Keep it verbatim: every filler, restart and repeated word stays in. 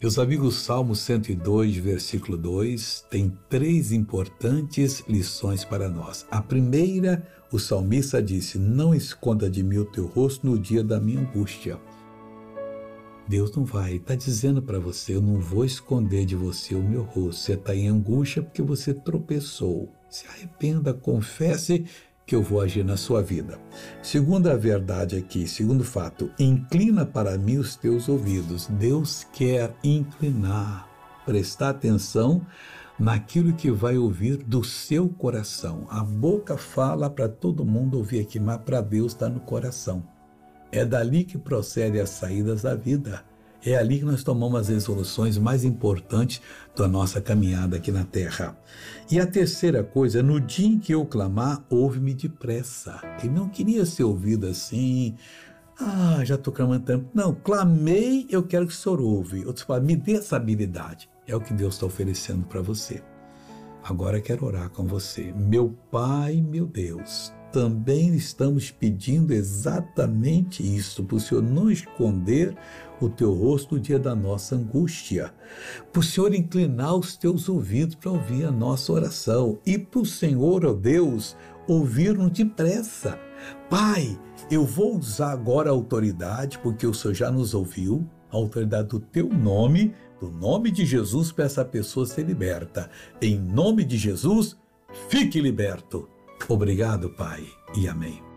Meus amigos, Salmo cento e dois, versículo dois, tem três importantes lições para nós. A primeira, o salmista disse: não esconda de mim o teu rosto no dia da minha angústia. Deus não vai, está dizendo para você: eu não vou esconder de você o meu rosto. Você está em angústia porque você tropeçou. Se arrependa, confesse que eu vou agir na sua vida. Segunda verdade aqui, segundo fato, inclina para mim os teus ouvidos. Deus quer inclinar, prestar atenção naquilo que vai ouvir do seu coração. A boca fala para todo mundo ouvir aqui, mas para Deus está no coração. É dali que procede as saídas da vida. É ali que nós tomamos as resoluções mais importantes da nossa caminhada aqui na Terra. E a terceira coisa, no dia em que eu clamar, ouve-me depressa. Ele não queria ser ouvido assim, ah, já estou clamando tanto. Não, clamei, eu quero que o Senhor ouve. Outros falam, me dê essa habilidade. É o que Deus está oferecendo para você. Agora eu quero orar com você. Meu Pai, meu Deus, também estamos pedindo exatamente isso, para o Senhor não esconder o teu rosto no dia da nossa angústia, para o Senhor inclinar os teus ouvidos para ouvir a nossa oração e para o Senhor, ó Deus, ouvir-nos depressa. Pai, eu vou usar agora a autoridade, porque o Senhor já nos ouviu, a autoridade do teu nome, do nome de Jesus, para essa pessoa ser liberta. Em nome de Jesus, fique liberto. Obrigado, Pai, e amém.